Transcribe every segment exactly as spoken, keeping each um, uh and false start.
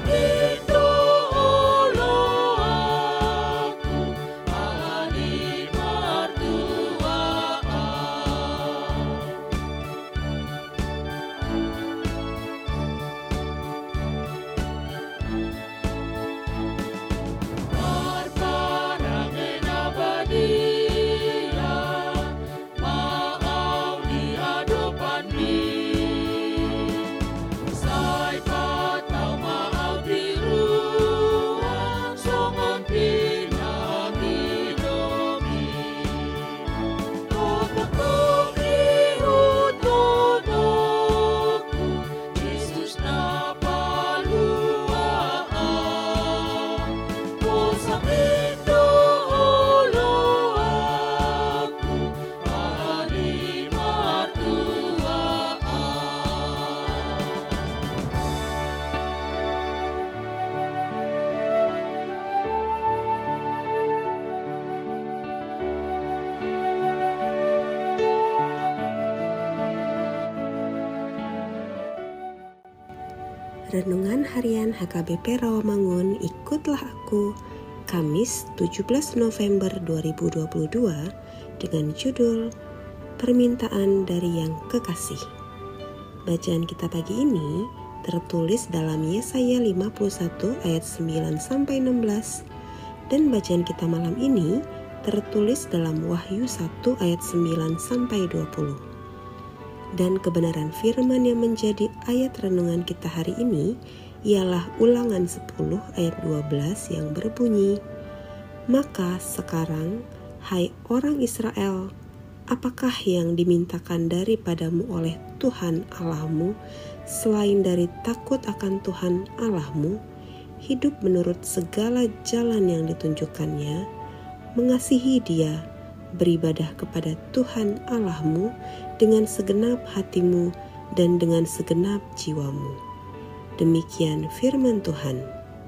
Renungan Harian H K B P Rawamangun, ikutlah aku, Kamis tujuh belas November dua ribu dua puluh dua, dengan judul Permintaan dari Yang Kekasih. Bacaan kita pagi ini tertulis dalam Yesaya lima puluh satu ayat sembilan sampai enam belas, dan bacaan kita malam ini tertulis dalam Wahyu satu ayat sembilan sampai dua puluh. Dan kebenaran firman yang menjadi ayat renungan kita hari ini ialah Ulangan sepuluh ayat dua belas yang berbunyi, "Maka sekarang, hai orang Israel, apakah yang dimintakan daripadamu oleh Tuhan Allahmu selain dari takut akan Tuhan Allahmu, hidup menurut segala jalan yang ditunjukkannya, mengasihi Dia, beribadah kepada Tuhan Allahmu dengan segenap hatimu dan dengan segenap jiwamu." Demikian firman Tuhan.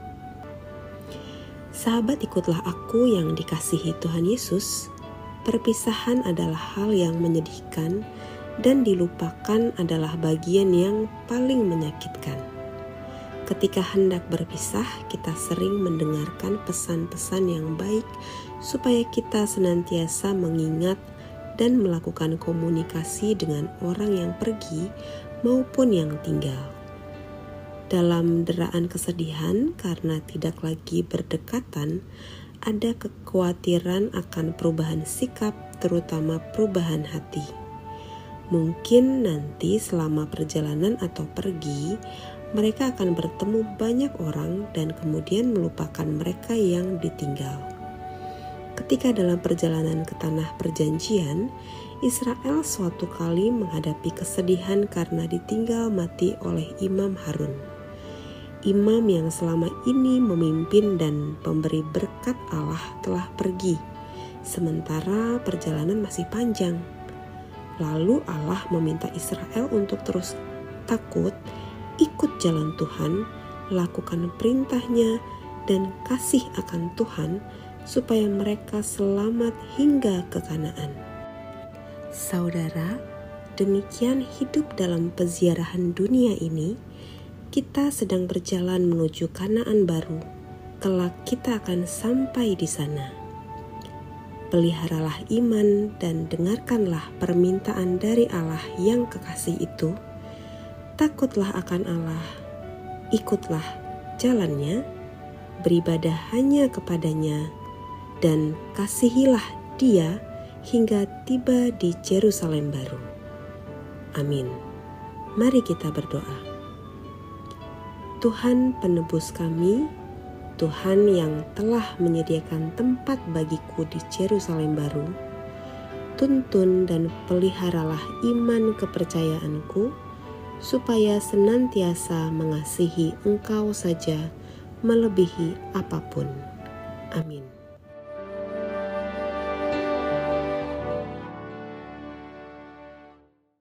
Sahabat, ikutlah aku yang dikasihi Tuhan Yesus. Perpisahan adalah hal yang menyedihkan, dan dilupakan adalah bagian yang paling menyakitkan. Ketika hendak berpisah, kita sering mendengarkan pesan-pesan yang baik supaya kita senantiasa mengingat dan melakukan komunikasi dengan orang yang pergi maupun yang tinggal. Dalam deraan kesedihan karena tidak lagi berdekatan, ada kekhawatiran akan perubahan sikap, terutama perubahan hati. Mungkin nanti selama perjalanan atau pergi, mereka akan bertemu banyak orang dan kemudian melupakan mereka yang ditinggal. Ketika dalam perjalanan ke tanah perjanjian, Israel suatu kali menghadapi kesedihan karena ditinggal mati oleh Imam Harun. Imam yang selama ini memimpin dan pemberi berkat Allah telah pergi, sementara perjalanan masih panjang. Lalu Allah meminta Israel untuk terus takut, ikut jalan Tuhan, lakukan perintahnya, dan kasih akan Tuhan, supaya mereka selamat hingga ke Kanaan. Saudara, demikian hidup dalam peziarahan dunia ini. Kita sedang berjalan menuju Kanaan baru. Kelak kita akan sampai di sana. Peliharalah iman dan dengarkanlah permintaan dari Allah yang kekasih itu. Takutlah akan Allah, ikutlah jalannya, beribadah hanya kepadanya, dan kasihilah Dia hingga tiba di Yerusalem baru. Amin. Mari kita berdoa. Tuhan penebus kami, Tuhan yang telah menyediakan tempat bagiku di Yerusalem baru, tuntun dan peliharalah iman kepercayaanku, supaya senantiasa mengasihi Engkau saja melebihi apapun. Amin.